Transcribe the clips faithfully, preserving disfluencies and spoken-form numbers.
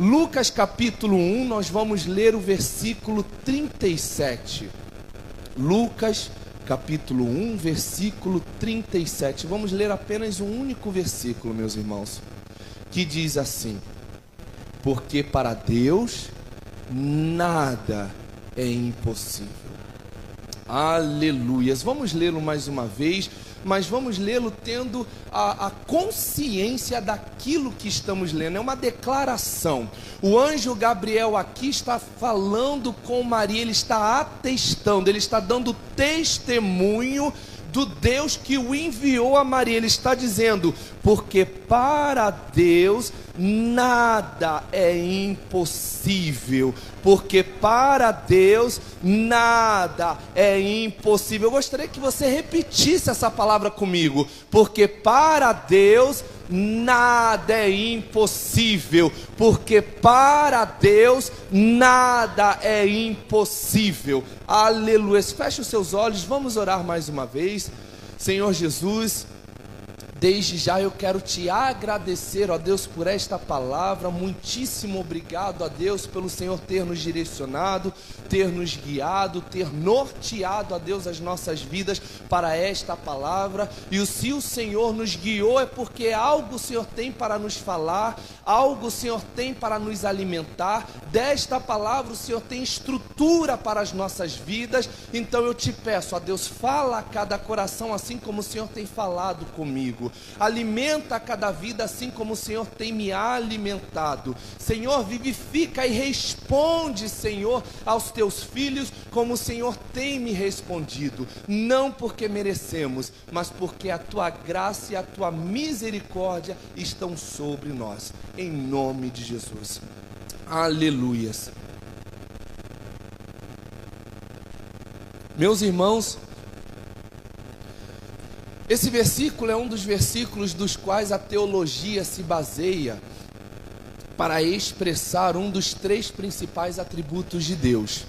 Lucas capítulo um, nós vamos ler o versículo trinta e sete. Lucas capítulo um, versículo trinta e sete. Vamos ler apenas um único versículo, meus irmãos, que diz assim: porque para Deus nada é impossível. Aleluias. Vamos lê-lo mais uma vez, mas vamos lê-lo tendo a, a consciência daquilo que estamos lendo. É uma declaração. O anjo Gabriel aqui está falando com Maria, ele está atestando, ele está dando testemunho do Deus que o enviou a Maria. Ele está dizendo: porque para Deus nada é impossível. Porque para Deus nada é impossível. Eu gostaria que você repetisse essa palavra comigo. Porque para Deus nada é impossível. Porque para Deus nada é impossível. Aleluia. Feche os seus olhos, vamos orar mais uma vez. Senhor Jesus, desde já eu quero te agradecer, ó Deus, por esta palavra. Muitíssimo obrigado, ó Deus, pelo Senhor ter nos direcionado, ter nos guiado, ter norteado, ó Deus, as nossas vidas para esta palavra. E se o Senhor nos guiou é porque algo o Senhor tem para nos falar, algo o Senhor tem para nos alimentar. Desta palavra o Senhor tem estrutura para as nossas vidas. Então eu te peço, ó Deus, fala a cada coração assim como o Senhor tem falado comigo. Alimenta cada vida assim como o Senhor tem me alimentado. Senhor, vivifica e responde, Senhor, aos teus filhos como o Senhor tem me respondido. Não porque merecemos, mas porque a tua graça e a tua misericórdia estão sobre nós. Em nome de Jesus. Aleluias. Meus irmãos, esse versículo é um dos versículos dos quais a teologia se baseia para expressar um dos três principais atributos de Deus.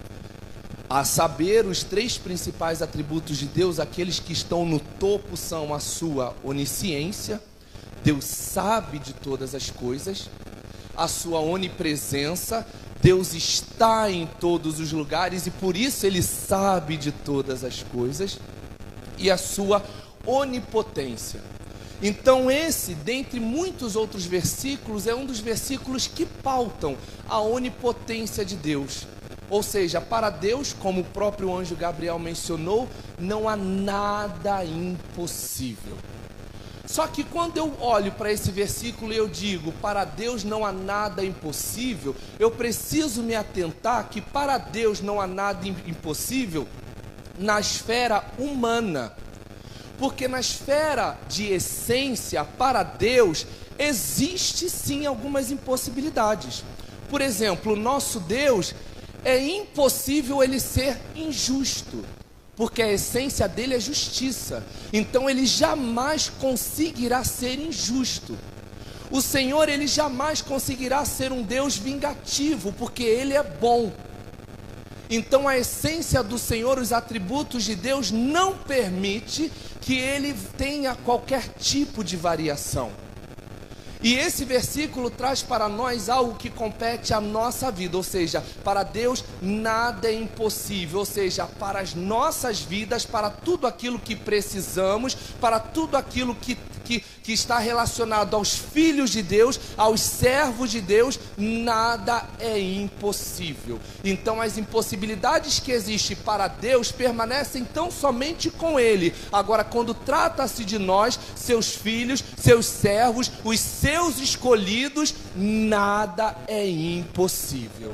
A saber, os três principais atributos de Deus, aqueles que estão no topo, são a sua onisciência, Deus sabe de todas as coisas; a sua onipresença, Deus está em todos os lugares e por isso Ele sabe de todas as coisas; e a sua onipotência. Então esse, dentre muitos outros versículos, é um dos versículos que pautam a onipotência de Deus. Ou seja, para Deus, como o próprio anjo Gabriel mencionou, não há nada impossível. Só que quando eu olho para esse versículo e eu digo, para Deus não há nada impossível, eu preciso me atentar que para Deus não há nada impossível na esfera humana. Porque na esfera de essência, para Deus, existe sim algumas impossibilidades. Por exemplo, o nosso Deus, é impossível Ele ser injusto, porque a essência dele é justiça. Então Ele jamais conseguirá ser injusto. O Senhor, Ele jamais conseguirá ser um Deus vingativo, porque Ele é bom. Então a essência do Senhor, os atributos de Deus não permite que Ele tenha qualquer tipo de variação. E esse versículo traz para nós algo que compete à nossa vida, ou seja, para Deus nada é impossível, ou seja, para as nossas vidas, para tudo aquilo que precisamos, para tudo aquilo que, que, que está relacionado aos filhos de Deus, aos servos de Deus, nada é impossível. Então as impossibilidades que existem para Deus permanecem tão somente com Ele. Agora, quando trata-se de nós, seus filhos, seus servos, os seus escolhidos, nada é impossível.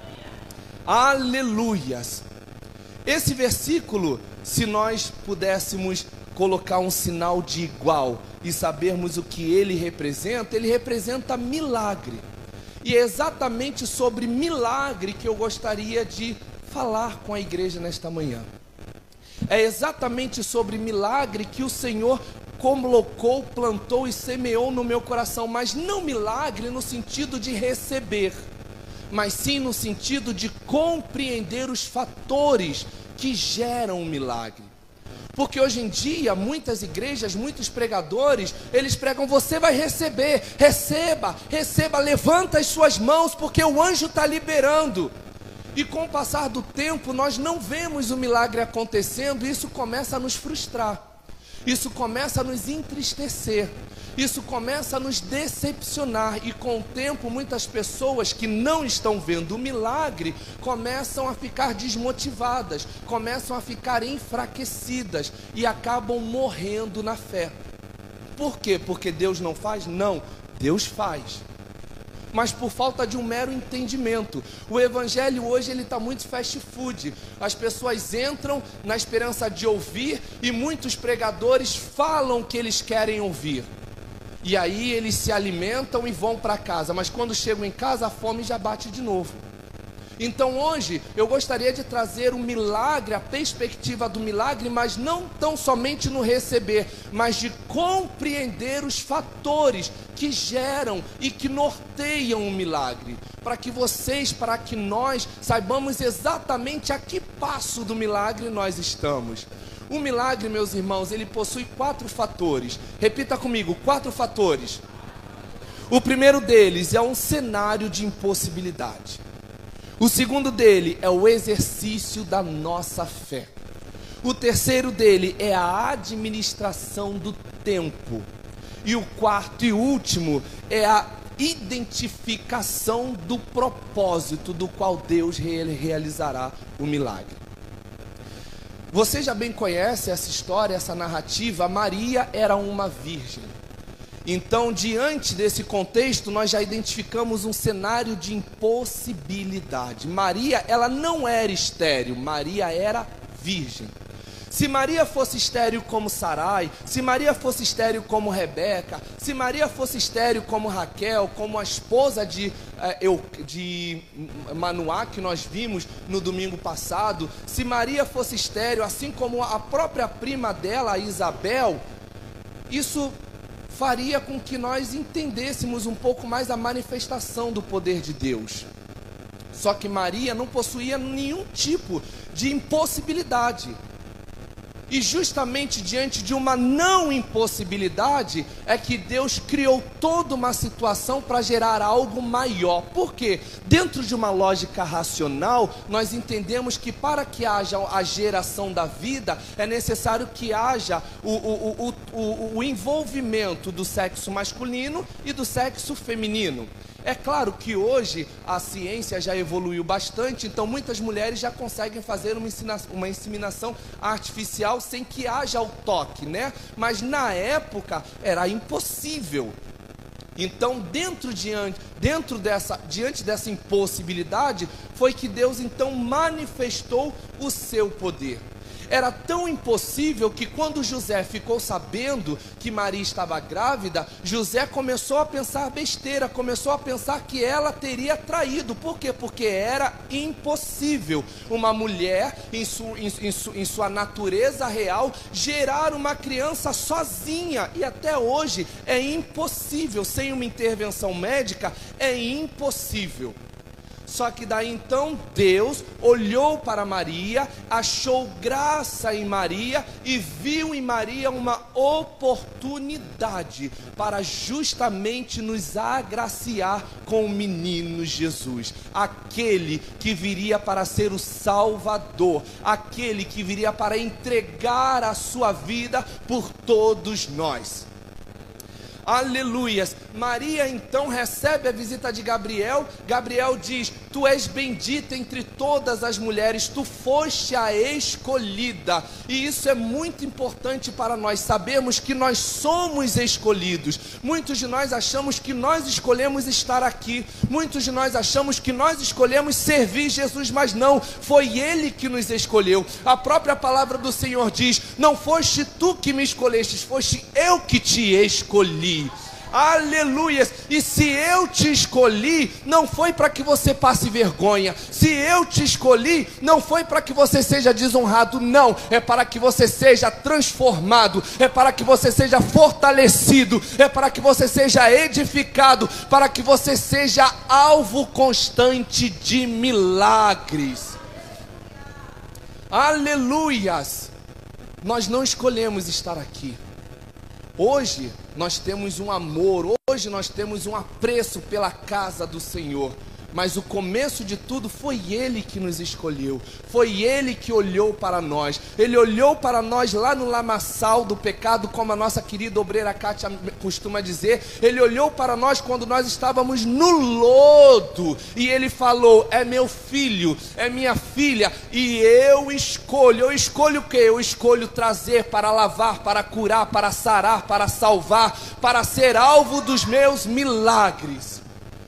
Aleluias. Esse versículo, se nós pudéssemos colocar um sinal de igual e sabermos o que ele representa, ele representa milagre. E é exatamente sobre milagre que eu gostaria de falar com a igreja nesta manhã. É exatamente sobre milagre que o Senhor colocou, plantou e semeou no meu coração, mas não milagre no sentido de receber, mas sim no sentido de compreender os fatores que geram o milagre. Porque hoje em dia, muitas igrejas, muitos pregadores, eles pregam: você vai receber, receba, receba, levanta as suas mãos, porque o anjo está liberando. E com o passar do tempo, nós não vemos o milagre acontecendo, e isso começa a nos frustrar, isso começa a nos entristecer, isso começa a nos decepcionar, e com o tempo muitas pessoas que não estão vendo o milagre começam a ficar desmotivadas, começam a ficar enfraquecidas e acabam morrendo na fé. Por quê? Porque Deus não faz? Não, Deus faz, mas por falta de um mero entendimento. O evangelho hoje ele está muito fast food. As pessoas entram na esperança de ouvir, e muitos pregadores falam que eles querem ouvir, e aí eles se alimentam e vão para casa, mas quando chegam em casa a fome já bate de novo. Então hoje eu gostaria de trazer o milagre, a perspectiva do milagre, mas não tão somente no receber, mas de compreender os fatores que geram e que norteiam o milagre, para que vocês, para que nós saibamos exatamente a que passo do milagre nós estamos. O milagre, meus irmãos, ele possui quatro fatores. Repita comigo: quatro fatores. O primeiro deles é um cenário de impossibilidade. O segundo dele é o exercício da nossa fé. O terceiro dele é a administração do tempo. E o quarto e último é a identificação do propósito do qual Deus realizará o milagre. Você já bem conhece essa história, essa narrativa. Maria era uma virgem. Então, diante desse contexto, nós já identificamos um cenário de impossibilidade. Maria, ela não era estéril, Maria era virgem. Se Maria fosse estéril como Sarai, se Maria fosse estéril como Rebeca, se Maria fosse estéril como Raquel, como a esposa de, eh, eu, de Manoá, que nós vimos no domingo passado, se Maria fosse estéril, assim como a própria prima dela, a Isabel, isso faria com que nós entendêssemos um pouco mais a manifestação do poder de Deus. Só que Maria não possuía nenhum tipo de impossibilidade. E justamente diante de uma não impossibilidade é que Deus criou toda uma situação para gerar algo maior. Por quê? Dentro de uma lógica racional, nós entendemos que para que haja a geração da vida, é necessário que haja o, o, o, o, o envolvimento do sexo masculino e do sexo feminino. É claro que hoje a ciência já evoluiu bastante, então muitas mulheres já conseguem fazer uma, insina, uma inseminação artificial sem que haja o toque, né? Mas na época era impossível. Então, dentro, diante, dentro dessa, diante dessa impossibilidade, foi que Deus então manifestou o seu poder. Era tão impossível que quando José ficou sabendo que Maria estava grávida, José começou a pensar besteira, começou a pensar que ela teria traído. Por quê? Porque era impossível uma mulher, em, su, em, em, su, em sua natureza real, gerar uma criança sozinha. E até hoje é impossível, sem uma intervenção médica, é impossível. Só que daí então Deus olhou para Maria, achou graça em Maria e viu em Maria uma oportunidade para justamente nos agraciar com o menino Jesus, aquele que viria para ser o Salvador, aquele que viria para entregar a sua vida por todos nós. Aleluias. Maria então recebe a visita de Gabriel. Gabriel diz: tu és bendita entre todas as mulheres, tu foste a escolhida. E isso é muito importante para nós sabermos que nós somos escolhidos. Muitos de nós achamos que nós escolhemos estar aqui, muitos de nós achamos que nós escolhemos servir Jesus, mas não, foi Ele que nos escolheu. A própria palavra do Senhor diz: não foste tu que me escolhestes, foste eu que te escolhi. Aleluias. E se eu te escolhi, não foi para que você passe vergonha. Se eu te escolhi, não foi para que você seja desonrado. Não, é para que você seja transformado, é para que você seja fortalecido, é para que você seja edificado, para que você seja alvo constante de milagres. Aleluias. nós não escolhemos estar aqui. Hoje nós temos um amor, hoje nós temos um apreço pela casa do Senhor. Mas o começo de tudo foi Ele que nos escolheu, foi Ele que olhou para nós. Ele olhou para nós lá no lamaçal do pecado, como a nossa querida obreira Kátia costuma dizer. Ele olhou para nós quando nós estávamos no lodo, e Ele falou: é meu filho, é minha filha, e eu escolho, eu escolho o que? Eu escolho trazer para lavar, para curar, para sarar, para salvar, para ser alvo dos meus milagres.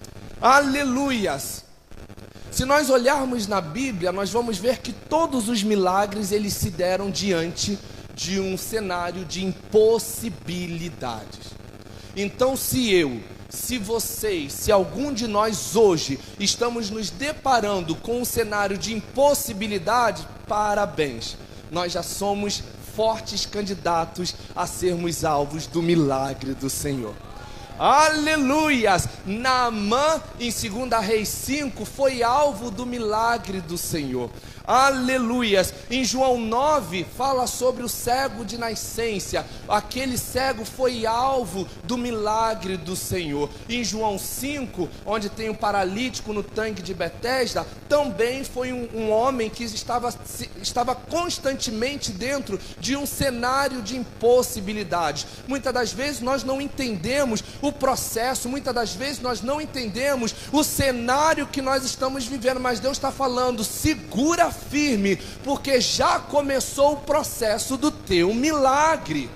Aleluias! Se nós olharmos na Bíblia, nós vamos ver que todos os milagres eles se deram diante de um cenário de impossibilidades. Então, se eu, se vocês, se algum de nós hoje estamos nos deparando com um cenário de impossibilidade, parabéns, nós já somos fortes candidatos a sermos alvos do milagre do Senhor. Aleluias! Naamã, em segunda Reis cinco, foi alvo do milagre do Senhor. Aleluias! Em João nove, fala sobre o cego de nascença. Aquele cego foi alvo do milagre do Senhor. Em João cinco, onde tem um paralítico no tanque de Betesda, também foi um, um homem que estava, estava constantemente dentro de um cenário de impossibilidades. Muitas das vezes nós não entendemos o processo, muitas das vezes nós não entendemos o cenário que nós estamos vivendo, mas Deus está falando: segura firme, porque já começou o processo do teu milagre.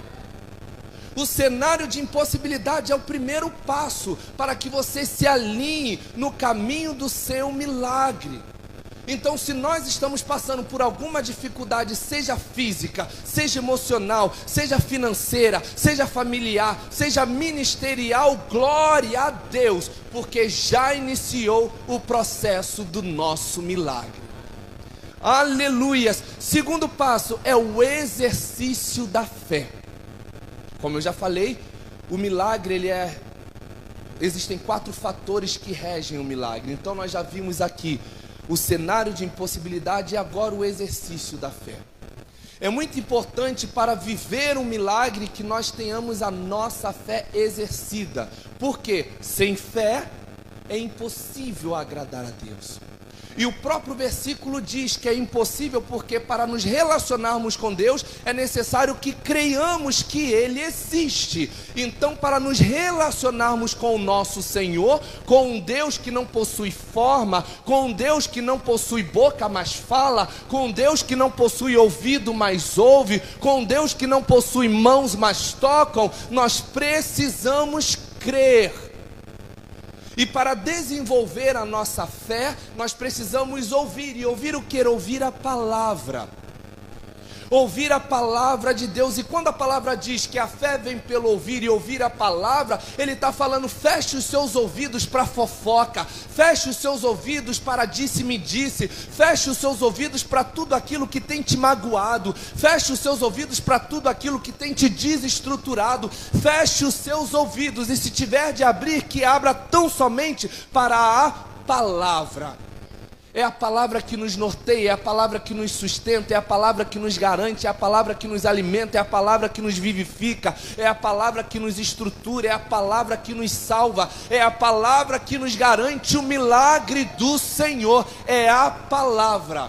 O cenário de impossibilidade é o primeiro passo para que você se alinhe no caminho do seu milagre. Então, se nós estamos passando por alguma dificuldade, seja física, seja emocional, seja financeira, seja familiar, seja ministerial, glória a Deus, porque já iniciou o processo do nosso milagre. Aleluias! Segundo passo é o exercício da fé. Como eu já falei, o milagre, ele é... existem quatro fatores que regem o milagre. Então nós já vimos aqui o cenário de impossibilidade e agora o exercício da fé. É muito importante para viver um milagre que nós tenhamos a nossa fé exercida. Porque sem fé é impossível agradar a Deus. E o próprio versículo diz que é impossível porque para nos relacionarmos com Deus é necessário que creiamos que Ele existe. Então, para nos relacionarmos com o nosso Senhor, com um Deus que não possui forma, com um Deus que não possui boca, mas fala, com um Deus que não possui ouvido, mas ouve, com um Deus que não possui mãos, mas tocam, nós precisamos crer. E para desenvolver a nossa fé, nós precisamos ouvir. E ouvir o que? Ouvir a palavra. Ouvir a palavra de Deus. E quando a palavra diz que a fé vem pelo ouvir e ouvir a palavra, ele está falando: feche os seus ouvidos para fofoca, feche os seus ouvidos para disse-me-disse, feche os seus ouvidos para tudo aquilo que tem te magoado, feche os seus ouvidos para tudo aquilo que tem te desestruturado, feche os seus ouvidos, e se tiver de abrir, que abra tão somente para a palavra. É a palavra que nos norteia, é a palavra que nos sustenta, é a palavra que nos garante, é a palavra que nos alimenta, é a palavra que nos vivifica, é a palavra que nos estrutura, é a palavra que nos salva, é a palavra que nos garante o milagre do Senhor, é a palavra.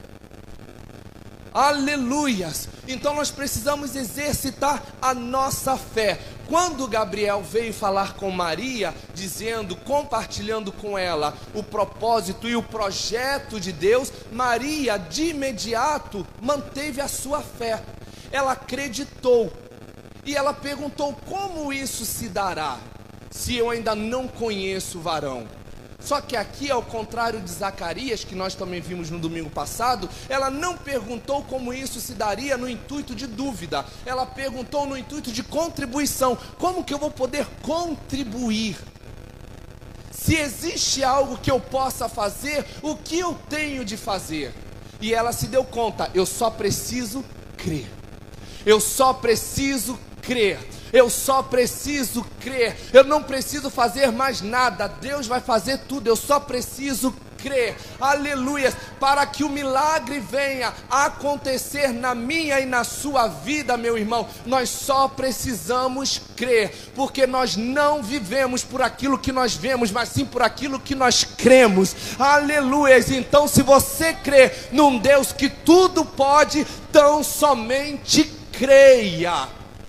Aleluias! Então nós precisamos exercitar a nossa fé. Quando Gabriel veio falar com Maria, dizendo, compartilhando com ela o propósito e o projeto de Deus, Maria de imediato manteve a sua fé. Ela acreditou e ela perguntou: como isso se dará, se eu ainda não conheço o varão? Só que aqui, ao contrário de Zacarias, que nós também vimos no domingo passado, ela não perguntou como isso se daria no intuito de dúvida. Ela perguntou no intuito de contribuição. Como que eu vou poder contribuir? Se existe algo que eu possa fazer, o que eu tenho de fazer? E ela se deu conta: eu só preciso crer. Eu só preciso crer. Eu só preciso crer. Eu não preciso fazer mais nada. Deus vai fazer tudo. Eu só preciso crer, aleluia, para que o milagre venha a acontecer na minha e na sua vida, meu irmão, nós só precisamos crer, porque nós não vivemos por aquilo que nós vemos, mas sim por aquilo que nós cremos, aleluia. Então, se você crê num Deus que tudo pode, tão somente creia,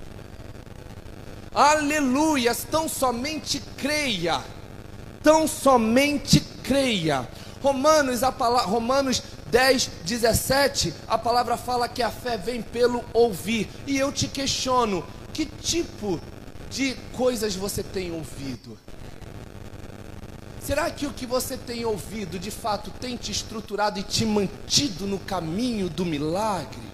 aleluia, tão somente creia, tão somente creia. Romanos, a palavra, Romanos dez, dezessete, a palavra fala que a fé vem pelo ouvir. E eu te questiono, que tipo de coisas você tem ouvido? Será que o que você tem ouvido, de fato, tem te estruturado e te mantido no caminho do milagre?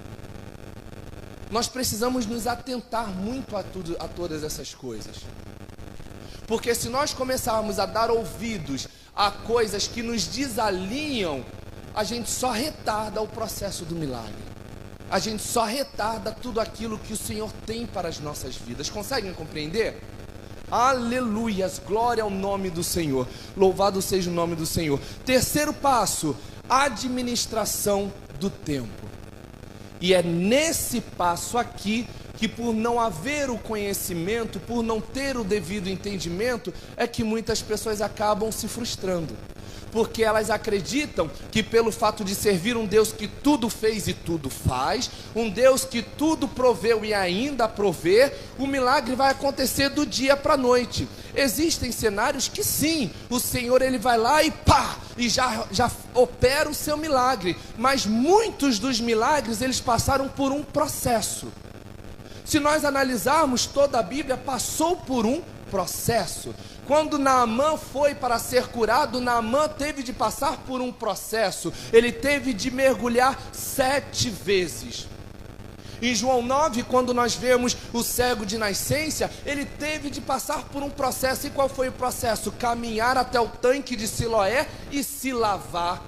Nós precisamos nos atentar muito a, tudo, a todas essas coisas. Porque se nós começarmos a dar ouvidos a coisas que nos desalinham, a gente só retarda o processo do milagre. A gente só retarda tudo aquilo que o Senhor tem para as nossas vidas. Conseguem compreender? Aleluias, glória ao nome do Senhor. Louvado seja o nome do Senhor. Terceiro passo, administração do tempo. E é nesse passo aqui que, por não haver o conhecimento, por não ter o devido entendimento, é que muitas pessoas acabam se frustrando. Porque elas acreditam que, pelo fato de servir um Deus que tudo fez e tudo faz, um Deus que tudo proveu e ainda prover, o milagre vai acontecer do dia para a noite. Existem cenários que sim, o Senhor ele vai lá e pá, e já, já opera o seu milagre. Mas muitos dos milagres eles passaram por um processo. Se nós analisarmos toda a Bíblia, passou por um processo. Quando Naamã foi para ser curado, Naamã teve de passar por um processo. Ele teve de mergulhar sete vezes. Em João nove, quando nós vemos o cego de nascença, ele teve de passar por um processo. E qual foi o processo? Caminhar até o tanque de Siloé e se lavar.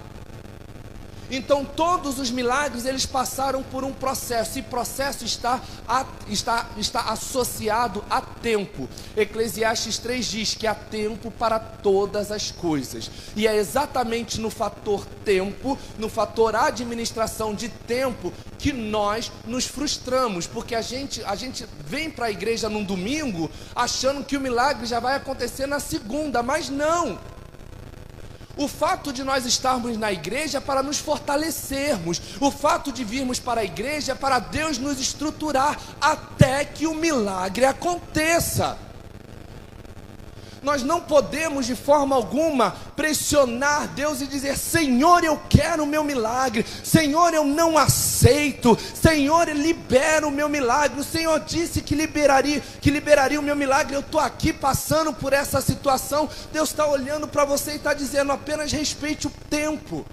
Então todos os milagres eles passaram por um processo, e processo está, a, está, está associado a tempo. Eclesiastes três diz que há tempo para todas as coisas, e é exatamente no fator tempo, no fator administração de tempo, que nós nos frustramos, porque a gente, a gente vem para a igreja num domingo achando que o milagre já vai acontecer na segunda, mas não. O fato de nós estarmos na igreja é para nos fortalecermos. O fato de virmos para a igreja é para Deus nos estruturar até que o milagre aconteça. Nós não podemos de forma alguma pressionar Deus e dizer: Senhor, eu quero o meu milagre, Senhor, eu não aceito, Senhor, libera o meu milagre. O Senhor disse que liberaria, que liberaria o meu milagre. Eu estou aqui passando por essa situação. Deus está olhando para você e está dizendo: apenas respeite o tempo.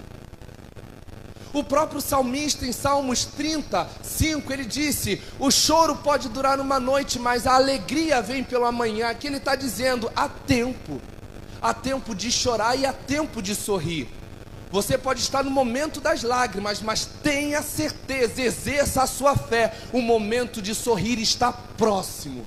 O próprio salmista em Salmos trinta, cinco, ele disse: o choro pode durar uma noite, mas a alegria vem pela manhã. Aqui ele está dizendo: há tempo, há tempo de chorar e há tempo de sorrir. Você pode estar no momento das lágrimas, mas tenha certeza, exerça a sua fé, o momento de sorrir está próximo.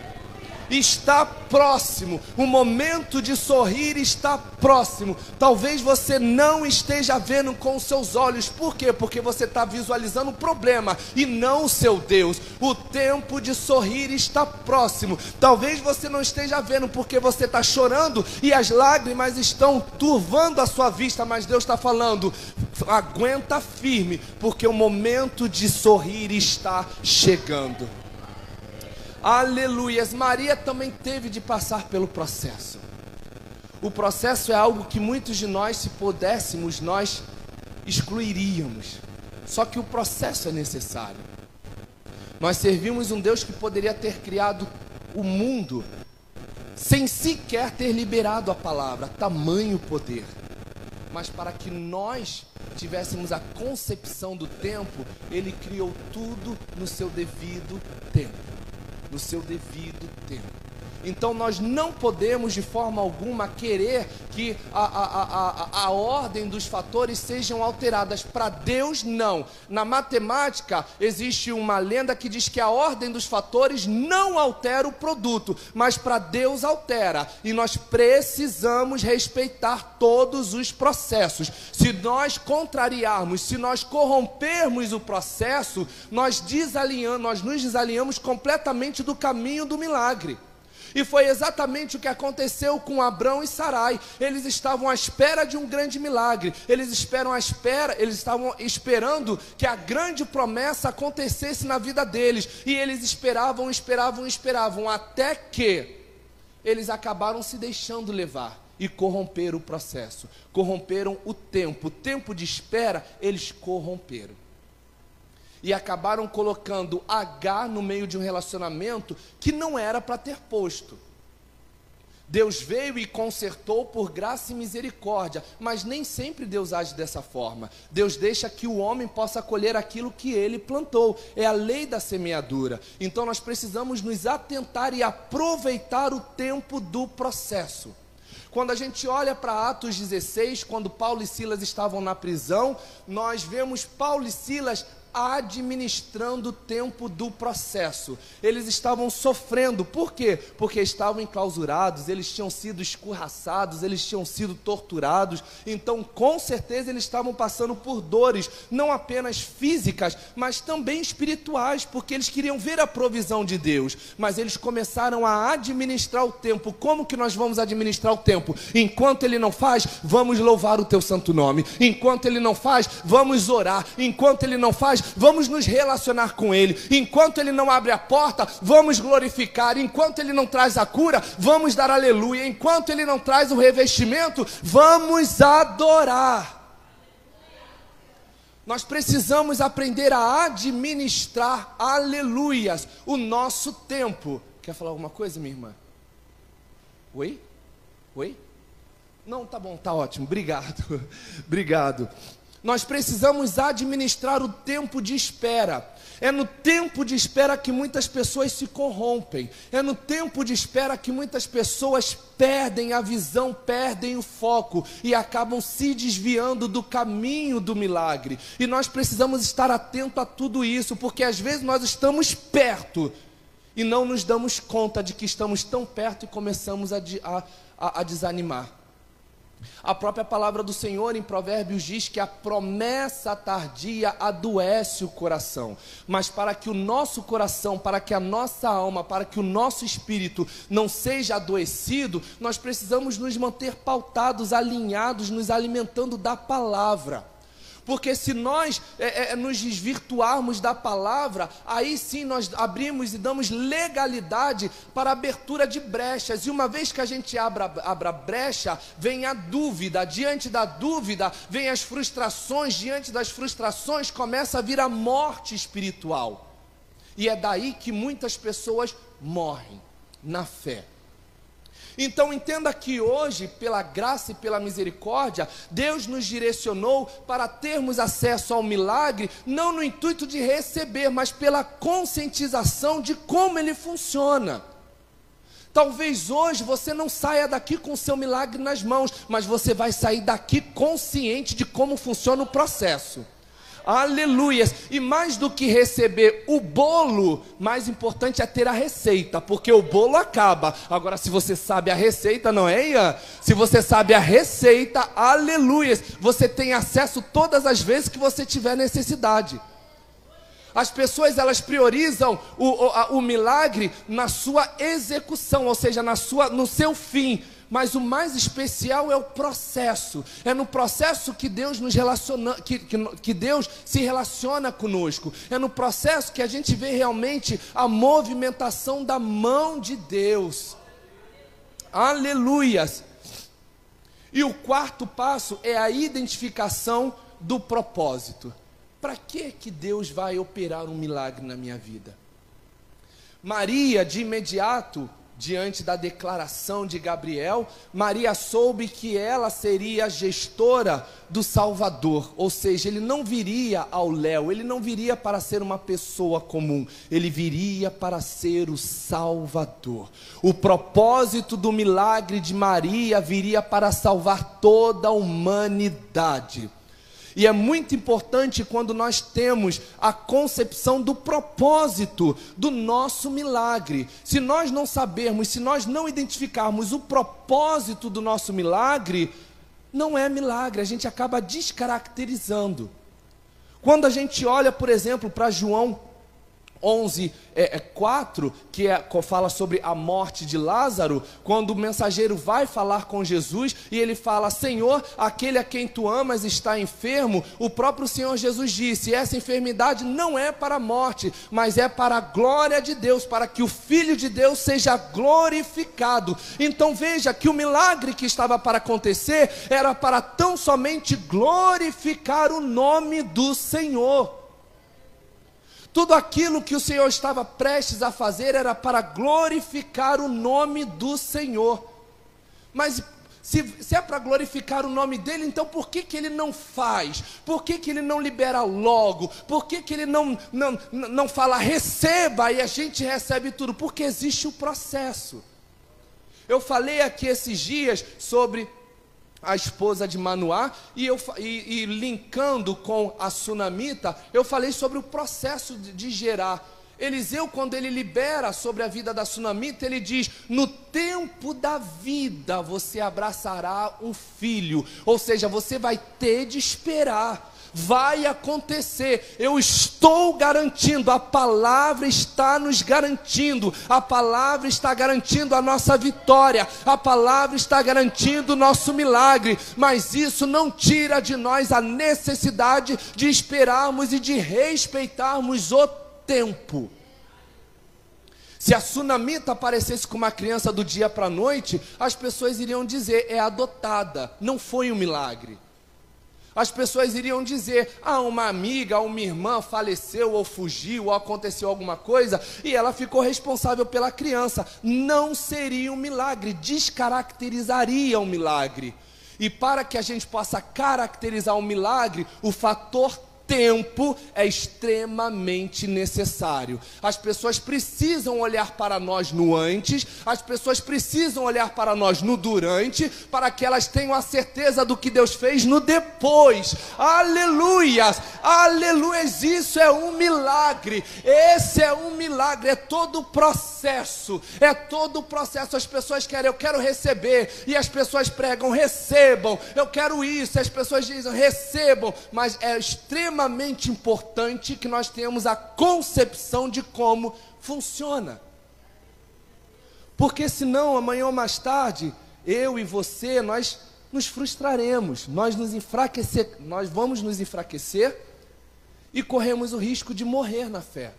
Está próximo, o momento de sorrir está próximo. Talvez você não esteja vendo com os seus olhos. Por quê? Porque você está visualizando o problema e não o seu Deus. O tempo de sorrir está próximo. Talvez você não esteja vendo porque você está chorando e as lágrimas estão turvando a sua vista, mas Deus está falando: aguenta firme, porque o momento de sorrir está chegando. Aleluias. Maria também teve de passar pelo processo. O processo é algo que muitos de nós, se pudéssemos, nós excluiríamos. Só que o processo é necessário. Nós servimos um Deus que poderia ter criado o mundo sem sequer ter liberado a palavra, tamanho poder. Mas para que nós tivéssemos a concepção do tempo, Ele criou tudo no seu devido tempo. No seu devido tempo. Então nós não podemos de forma alguma querer que a, a, a, a, a ordem dos fatores sejam alteradas. Para Deus, não. Na matemática existe uma lenda que diz que a ordem dos fatores não altera o produto, mas para Deus altera. E nós precisamos respeitar todos os processos. Se nós contrariarmos, se nós corrompermos o processo, nós desalinhamos, nós nos desalinhamos completamente do caminho do milagre. E foi exatamente o que aconteceu com Abrão e Sarai. Eles estavam à espera de um grande milagre. Eles esperam à espera, eles estavam esperando que a grande promessa acontecesse na vida deles. E eles esperavam, esperavam, esperavam, até que eles acabaram se deixando levar e corromperam o processo. Corromperam o tempo. O tempo de espera, eles corromperam. E acabaram colocando H no meio de um relacionamento que não era para ter posto. Deus veio e consertou por graça e misericórdia, mas nem sempre Deus age dessa forma. Deus deixa que o homem possa colher aquilo que ele plantou. É a lei da semeadura. Então nós precisamos nos atentar e aproveitar o tempo do processo. Quando a gente olha para Atos dezesseis, quando Paulo e Silas estavam na prisão, nós vemos Paulo e Silas administrando o tempo do processo. Eles estavam sofrendo. Por quê? Porque estavam enclausurados, eles tinham sido escorraçados, eles tinham sido torturados. Então, com certeza, eles estavam passando por dores, não apenas físicas, mas também espirituais, porque eles queriam ver a provisão de Deus. Mas eles começaram a administrar o tempo. Como que nós vamos administrar o tempo? Enquanto Ele não faz, vamos louvar o Teu santo nome. Enquanto Ele não faz, vamos orar. Enquanto Ele não faz, vamos nos relacionar com Ele. Enquanto Ele não abre a porta, vamos glorificar. Enquanto Ele não traz a cura, vamos dar aleluia. Enquanto Ele não traz o revestimento, vamos adorar. Nós precisamos aprender a administrar, aleluias, o nosso tempo. Quer falar alguma coisa, minha irmã? Oi? Oi? Não, tá bom, tá ótimo, obrigado. Obrigado. Nós precisamos administrar o tempo de espera. É no tempo de espera que muitas pessoas se corrompem. É no tempo de espera que muitas pessoas perdem a visão, perdem o foco e acabam se desviando do caminho do milagre. E nós precisamos estar atentos a tudo isso, porque às vezes nós estamos perto e não nos damos conta de que estamos tão perto e começamos a, a, a, a desanimar. A própria palavra do Senhor em Provérbios diz que a promessa tardia adoece o coração, mas para que o nosso coração, para que a nossa alma, para que o nosso espírito não seja adoecido, nós precisamos nos manter pautados, alinhados, nos alimentando da palavra. Porque se nós é, é, nos desvirtuarmos da palavra, aí sim nós abrimos e damos legalidade para a abertura de brechas. E uma vez que a gente abra, abra brecha, vem a dúvida. Diante da dúvida, vem as frustrações. Diante das frustrações, começa a vir a morte espiritual. E é daí que muitas pessoas morrem, na fé. Então entenda que hoje, pela graça e pela misericórdia, Deus nos direcionou para termos acesso ao milagre, não no intuito de receber, mas pela conscientização de como ele funciona. Talvez hoje você não saia daqui com o seu milagre nas mãos, mas você vai sair daqui consciente de como funciona o processo. Aleluias! E mais do que receber o bolo, mais importante é ter a receita, porque o bolo acaba. Agora, se você sabe a receita, não é, Ian? Se você sabe a receita, aleluias, você tem acesso todas as vezes que você tiver necessidade. As pessoas, elas priorizam o, o, o milagre na sua execução, ou seja, na sua, no seu fim. Mas o mais especial é o processo. É no processo que Deus nos relaciona, que, que, que Deus se relaciona conosco. É no processo que a gente vê realmente a movimentação da mão de Deus. Aleluias! E o quarto passo é a identificação do propósito. Para que que Deus vai operar um milagre na minha vida? Maria, de imediato, diante da declaração de Gabriel, Maria soube que ela seria a gestora do Salvador, ou seja, ele não viria ao léu, ele não viria para ser uma pessoa comum, ele viria para ser o Salvador. O propósito do milagre de Maria viria para salvar toda a humanidade. E é muito importante quando nós temos a concepção do propósito do nosso milagre. Se nós não sabermos, se nós não identificarmos o propósito do nosso milagre, não é milagre, a gente acaba descaracterizando. Quando a gente olha, por exemplo, para João onze, quatro, que é, fala sobre a morte de Lázaro, quando o mensageiro vai falar com Jesus, e ele fala: Senhor, aquele a quem tu amas está enfermo. O próprio Senhor Jesus disse: essa enfermidade não é para a morte, mas é para a glória de Deus, para que o Filho de Deus seja glorificado. Então veja que o milagre que estava para acontecer, era para tão somente glorificar o nome do Senhor. Tudo aquilo que o Senhor estava prestes a fazer era para glorificar o nome do Senhor. Mas se, se é para glorificar o nome dele, então por que, que ele não faz? Por que, que ele não libera logo? Por que, que ele não, não, não fala receba e a gente recebe tudo? Porque existe o processo. Eu falei aqui esses dias sobre a esposa de Manoá, e, eu, e, e linkando com a sunamita, eu falei sobre o processo de, de gerar. Eliseu, quando ele libera sobre a vida da sunamita, ele diz: no tempo da vida você abraçará um filho, ou seja, você vai ter de esperar. Vai acontecer, eu estou garantindo, a palavra está nos garantindo, a palavra está garantindo a nossa vitória, a palavra está garantindo o nosso milagre, mas isso não tira de nós a necessidade de esperarmos e de respeitarmos o tempo. Se a sunamita aparecesse com uma criança do dia para a noite, as pessoas iriam dizer: é adotada, não foi um milagre. As pessoas iriam dizer: ah, uma amiga, uma irmã faleceu ou fugiu ou aconteceu alguma coisa e ela ficou responsável pela criança. Não seria um milagre, descaracterizaria um milagre. E para que a gente possa caracterizar um milagre, o fator tempo é extremamente necessário. As pessoas precisam olhar para nós no antes, as pessoas precisam olhar para nós no durante, para que elas tenham a certeza do que Deus fez no depois. Aleluias, aleluias, isso é um milagre, esse é um milagre, é todo o processo, é todo o processo. As pessoas querem: eu quero receber, e as pessoas pregam: recebam, eu quero isso, as pessoas dizem: recebam, mas é extremamente extremamente importante que nós tenhamos a concepção de como funciona, porque senão amanhã ou mais tarde, eu e você, nós nos frustraremos, nós nos enfraquecer, nós vamos nos enfraquecer e corremos o risco de morrer na fé.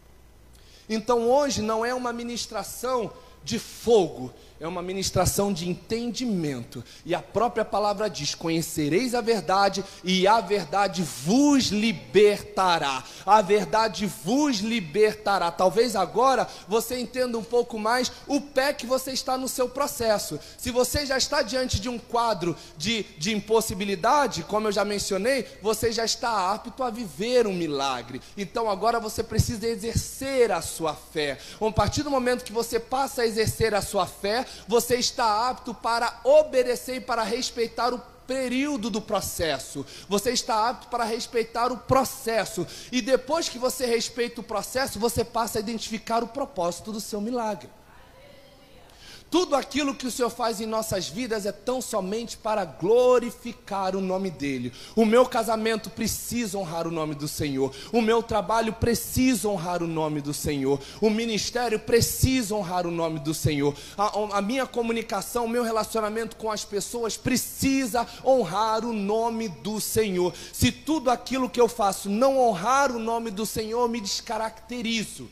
Então hoje não é uma ministração de fogo, é uma ministração de entendimento, e a própria palavra diz: conhecereis a verdade, e a verdade vos libertará, a verdade vos libertará. Talvez agora você entenda um pouco mais o pé que você está no seu processo. Se você já está diante de um quadro de, de impossibilidade, como eu já mencionei, você já está apto a viver um milagre. Então agora você precisa exercer a sua fé. A partir do momento que você passa a exercer a sua fé, você está apto para obedecer e para respeitar o período do processo. Você está apto para respeitar o processo. E depois que você respeita o processo, você passa a identificar o propósito do seu milagre. Tudo aquilo que o Senhor faz em nossas vidas é tão somente para glorificar o nome dEle. O meu casamento precisa honrar o nome do Senhor. O meu trabalho precisa honrar o nome do Senhor. O ministério precisa honrar o nome do Senhor. A, a minha comunicação, o meu relacionamento com as pessoas precisa honrar o nome do Senhor. Se tudo aquilo que eu faço não honrar o nome do Senhor, eu me descaracterizo.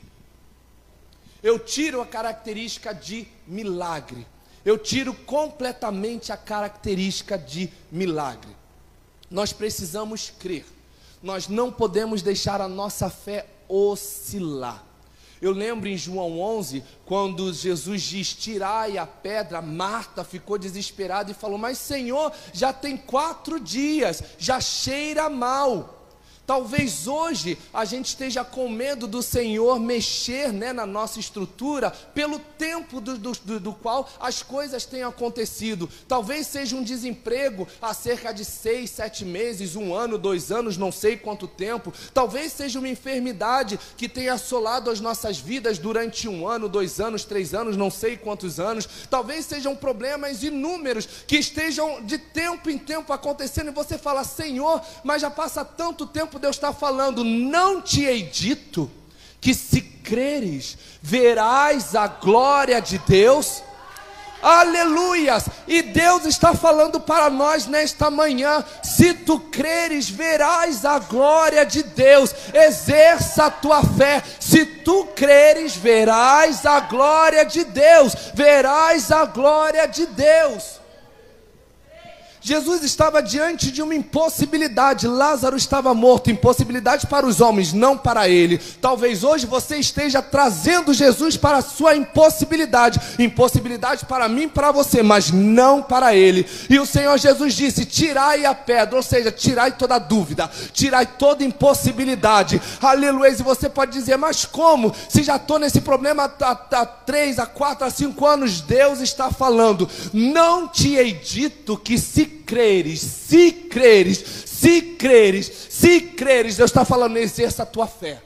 Eu tiro a característica de milagre. Eu tiro completamente a característica de milagre. Nós precisamos crer. Nós não podemos deixar a nossa fé oscilar. Eu lembro em João onze, quando Jesus diz, tirai a pedra, Marta ficou desesperada e falou, mas Senhor, já tem quatro dias, já cheira mal. Talvez hoje a gente esteja com medo do Senhor mexer, né, na nossa estrutura, pelo tempo do, do, do qual as coisas têm acontecido. Talvez seja um desemprego há cerca de seis, sete meses, um ano, dois anos, não sei quanto tempo. Talvez seja uma enfermidade que tenha assolado as nossas vidas durante um ano, dois anos, três anos, não sei quantos anos. Talvez sejam problemas inúmeros que estejam de tempo em tempo acontecendo e você fala, Senhor, mas já passa tanto tempo. Deus está falando, não te hei dito que se creres, verás a glória de Deus? Aleluias! E Deus está falando para nós nesta manhã, se tu creres, verás a glória de Deus. Exerça a tua fé. Se tu creres, verás a glória de Deus. Verás a glória de Deus. Jesus estava diante de uma impossibilidade. Lázaro estava morto, impossibilidade para os homens, não para ele. Talvez hoje você esteja trazendo Jesus para a sua impossibilidade, impossibilidade para mim e para você, mas não para ele. E o Senhor Jesus disse, tirai a pedra, ou seja, tirai toda dúvida, tirai toda impossibilidade. Aleluia. E você pode dizer, mas como? Se já estou nesse problema há, há três, há quatro, há cinco anos. Deus está falando, não te hei dito que se creres, se creres, se creres, se creres, Deus está falando, exerça a tua fé.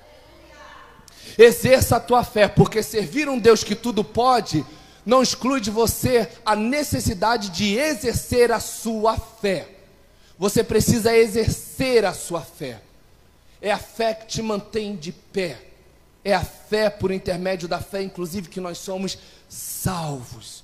Exerça a tua fé, porque servir um Deus que tudo pode, não exclui de você a necessidade de exercer a sua fé. Você precisa exercer a sua fé. É a fé que te mantém de pé. É a fé, por intermédio da fé, inclusive, que nós somos salvos.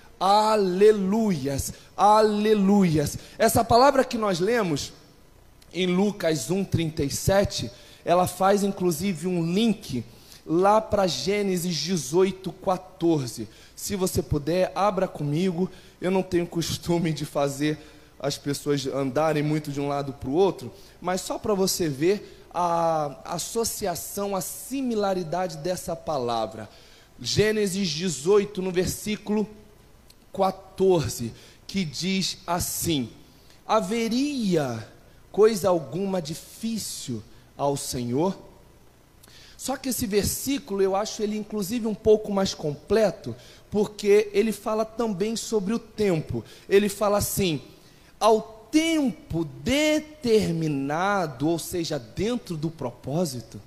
Aleluias, aleluias. Essa palavra que nós lemos em Lucas um, trinta e sete, ela faz inclusive um link lá para Gênesis dezoito, quatorze. Se você puder, abra comigo. Eu não tenho costume de fazer as pessoas andarem muito de um lado para o outro, mas só para você ver a associação, a similaridade dessa palavra. Gênesis dezoito, no versículo quatorze, que diz assim: haveria coisa alguma difícil ao Senhor? Só que esse versículo, eu acho ele inclusive um pouco mais completo, porque ele fala também sobre o tempo. Ele fala assim: ao tempo determinado, ou seja, dentro do propósito,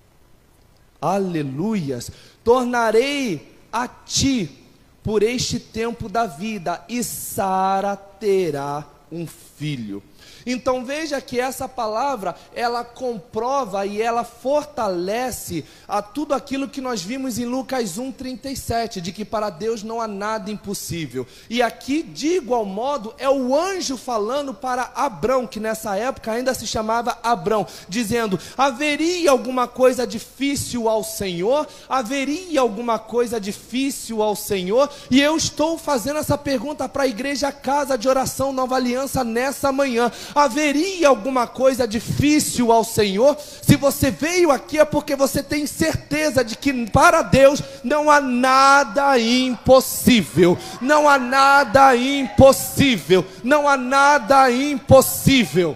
aleluias, tornarei a ti por este tempo da vida, e Sara terá um filho. Então veja que essa palavra, ela comprova e ela fortalece a tudo aquilo que nós vimos em Lucas um, trinta e sete, de que para Deus não há nada impossível. E aqui, de igual modo, é o anjo falando para Abrão, que nessa época ainda se chamava Abrão, dizendo: haveria alguma coisa difícil ao Senhor? Haveria alguma coisa difícil ao Senhor? E eu estou fazendo essa pergunta para a igreja Casa de Oração Nova Aliança nessa manhã. Haveria alguma coisa difícil ao Senhor? Se você veio aqui é porque você tem certeza de que para Deus não há nada impossível. Não há nada impossível. Não há nada impossível.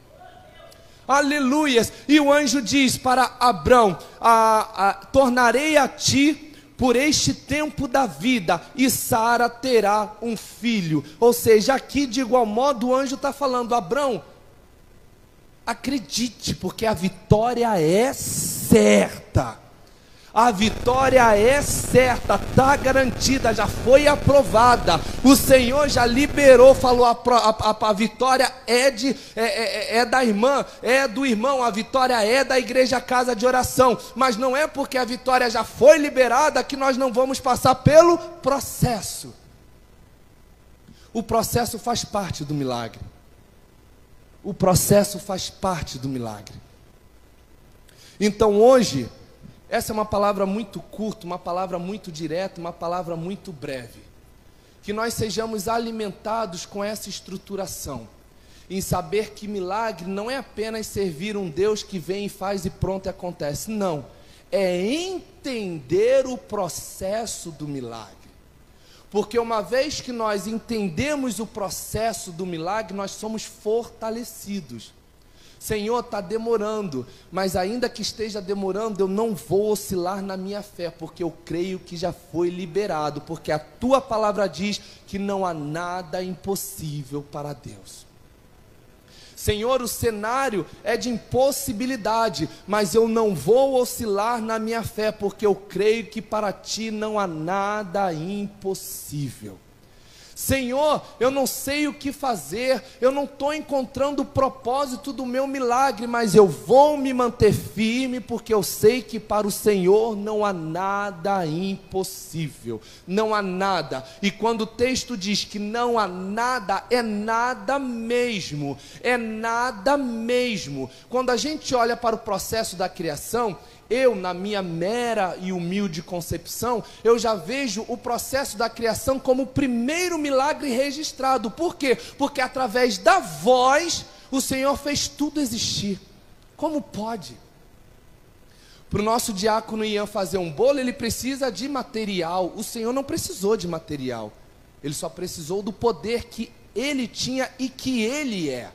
Aleluias. E o anjo diz para Abrão: a, a, tornarei a ti por este tempo da vida, e Sara terá um filho. Ou seja, aqui de igual modo o anjo está falando: Abrão, acredite, porque a vitória é certa. A vitória é certa, está garantida, já foi aprovada. O Senhor já liberou, falou: a, a, a vitória é, de, é, é, é da irmã, é do irmão, a vitória é da igreja Casa de Oração. Mas não é porque a vitória já foi liberada que nós não vamos passar pelo processo. O processo faz parte do milagre. O processo faz parte do milagre. Então hoje, essa é uma palavra muito curta, uma palavra muito direta, uma palavra muito breve. Que nós sejamos alimentados com essa estruturação, em saber que milagre não é apenas servir um Deus que vem e faz e pronto, e acontece. Não, é entender o processo do milagre. Porque uma vez que nós entendemos o processo do milagre, nós somos fortalecidos. Senhor, está demorando, mas ainda que esteja demorando, eu não vou oscilar na minha fé, porque eu creio que já foi liberado, porque a tua palavra diz que não há nada impossível para Deus. Senhor, o cenário é de impossibilidade, mas eu não vou oscilar na minha fé, porque eu creio que para ti não há nada impossível. Senhor, eu não sei o que fazer, eu não estou encontrando o propósito do meu milagre, mas eu vou me manter firme, porque eu sei que para o Senhor não há nada impossível, não há nada. E quando o texto diz que não há nada, é nada mesmo, é nada mesmo. Quando a gente olha para o processo da criação, eu, na minha mera e humilde concepção, eu já vejo o processo da criação como o primeiro milagre registrado. Por quê? Porque através da voz, o Senhor fez tudo existir. Como pode? Para o nosso diácono Ian fazer um bolo, ele precisa de material. O Senhor não precisou de material. Ele só precisou do poder que ele tinha e que ele é.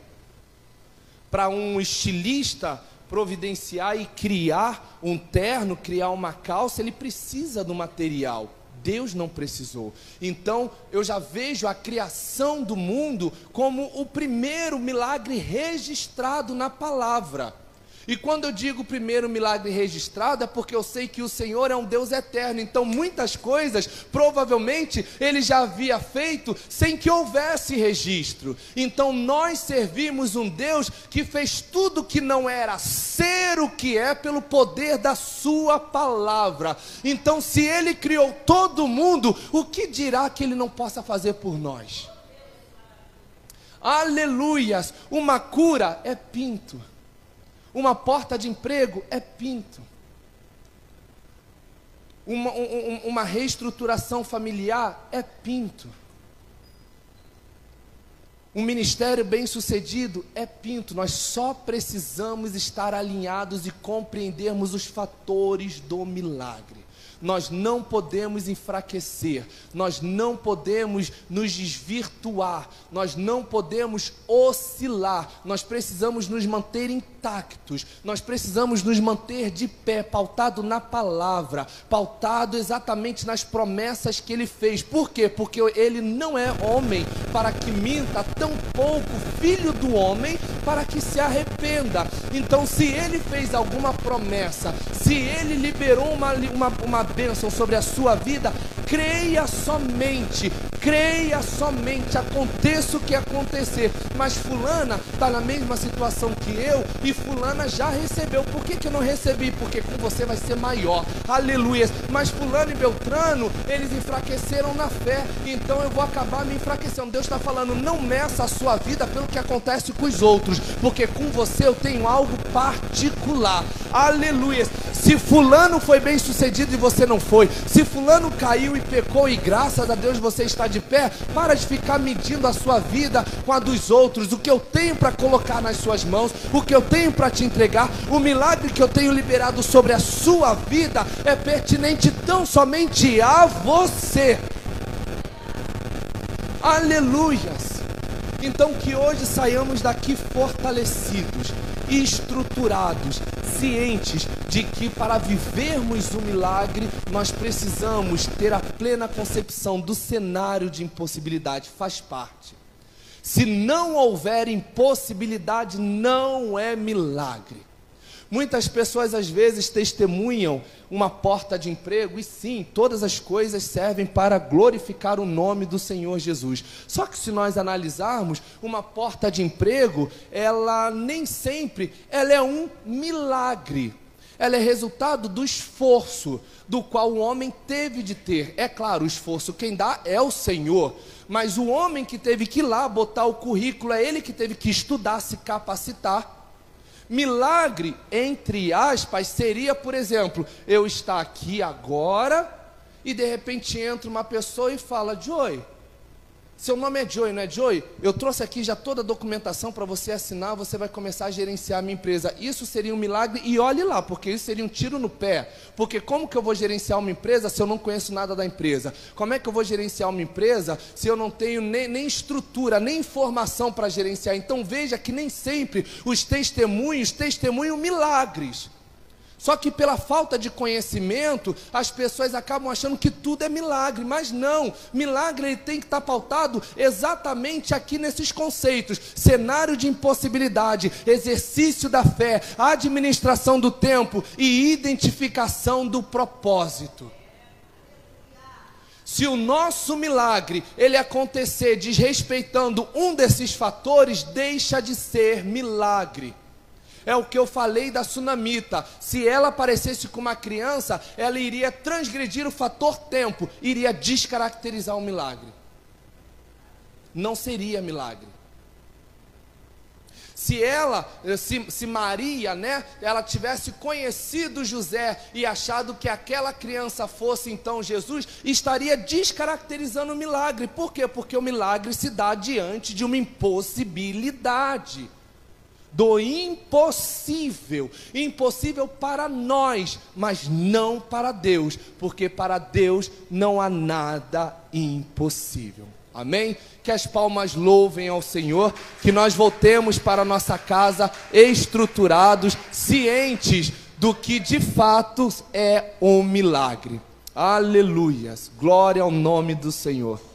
Para um estilista providenciar e criar um terno, criar uma calça, ele precisa do material. Deus não precisou. Então eu já vejo a criação do mundo como o primeiro milagre registrado na palavra. E quando eu digo primeiro milagre registrado, é porque eu sei que o Senhor é um Deus eterno. Então muitas coisas, provavelmente, Ele já havia feito sem que houvesse registro. Então nós servimos um Deus que fez tudo que não era ser o que é pelo poder da sua palavra. Então se Ele criou todo mundo, o que dirá que Ele não possa fazer por nós? Aleluias! Uma cura é pinto. Uma porta de emprego é pinto. Uma, um, uma reestruturação familiar é pinto. Um ministério bem sucedido é pinto. Nós só precisamos estar alinhados e compreendermos os fatores do milagre. Nós não podemos enfraquecer, nós não podemos nos desvirtuar, nós não podemos oscilar, nós precisamos nos manter intactos, nós precisamos nos manter de pé, pautado na palavra, pautado exatamente nas promessas que Ele fez. Por quê? Porque Ele não é homem para que minta, tampouco filho do homem para que se arrependa. Então se Ele fez alguma promessa, se Ele liberou uma, uma, uma bênção sobre a sua vida, creia somente, creia somente, aconteça o que acontecer. Mas fulana está na mesma situação que eu, e fulana já recebeu. Por que que eu não recebi? Porque com você vai ser maior, aleluia. Mas fulano e beltrano, eles enfraqueceram na fé, então eu vou acabar me enfraquecendo. Deus está falando, não meça a sua vida pelo que acontece com os outros, porque com você eu tenho algo particular, aleluia. Se fulano foi bem sucedido e você não foi, se fulano caiu e pecou e graças a Deus você está de pé, para de ficar medindo a sua vida com a dos outros. O que eu tenho para colocar nas suas mãos, o que eu tenho para te entregar, o milagre que eu tenho liberado sobre a sua vida é pertinente tão somente a você. Aleluias. Então que hoje saiamos daqui fortalecidos, estruturados, cientes de que para vivermos o milagre, nós precisamos ter a plena concepção do cenário de impossibilidade, faz parte. Se não houver impossibilidade, não é milagre. Muitas pessoas às vezes testemunham uma porta de emprego, e sim, todas as coisas servem para glorificar o nome do Senhor Jesus. Só que se nós analisarmos, uma porta de emprego, ela nem sempre, ela é um milagre. Ela é resultado do esforço, do qual o homem teve de ter. É claro, o esforço quem dá é o Senhor, mas o homem que teve que ir lá botar o currículo, é ele que teve que estudar, se capacitar. Milagre, entre aspas, seria, por exemplo, eu estar aqui agora e de repente entra uma pessoa e fala, Joey, Seu nome é Joey, não é Joey? Eu trouxe aqui já toda a documentação para você assinar, você vai começar a gerenciar a minha empresa. Isso seria um milagre, e olhe lá, porque isso seria um tiro no pé. Porque como que eu vou gerenciar uma empresa se eu não conheço nada da empresa? Como é que eu vou gerenciar uma empresa se eu não tenho nem, nem estrutura, nem informação para gerenciar? Então veja que nem sempre os testemunhos testemunham milagres. Só que pela falta de conhecimento, as pessoas acabam achando que tudo é milagre, mas não. Milagre ele tem que estar pautado exatamente aqui nesses conceitos: cenário de impossibilidade, exercício da fé, administração do tempo e identificação do propósito. Se o nosso milagre ele acontecer desrespeitando um desses fatores, deixa de ser milagre. É o que eu falei da sunamita. Se ela aparecesse com uma criança, ela iria transgredir o fator tempo, iria descaracterizar o milagre. Não seria milagre. Se ela, se, se Maria, né, ela tivesse conhecido José e achado que aquela criança fosse então Jesus, estaria descaracterizando o milagre. Por quê? Porque o milagre se dá diante de uma impossibilidade. Do impossível, impossível para nós, mas não para Deus, porque para Deus não há nada impossível. Amém? Que as palmas louvem ao Senhor, que nós voltemos para a nossa casa estruturados, cientes do que de fato é um milagre. Aleluias, glória ao nome do Senhor.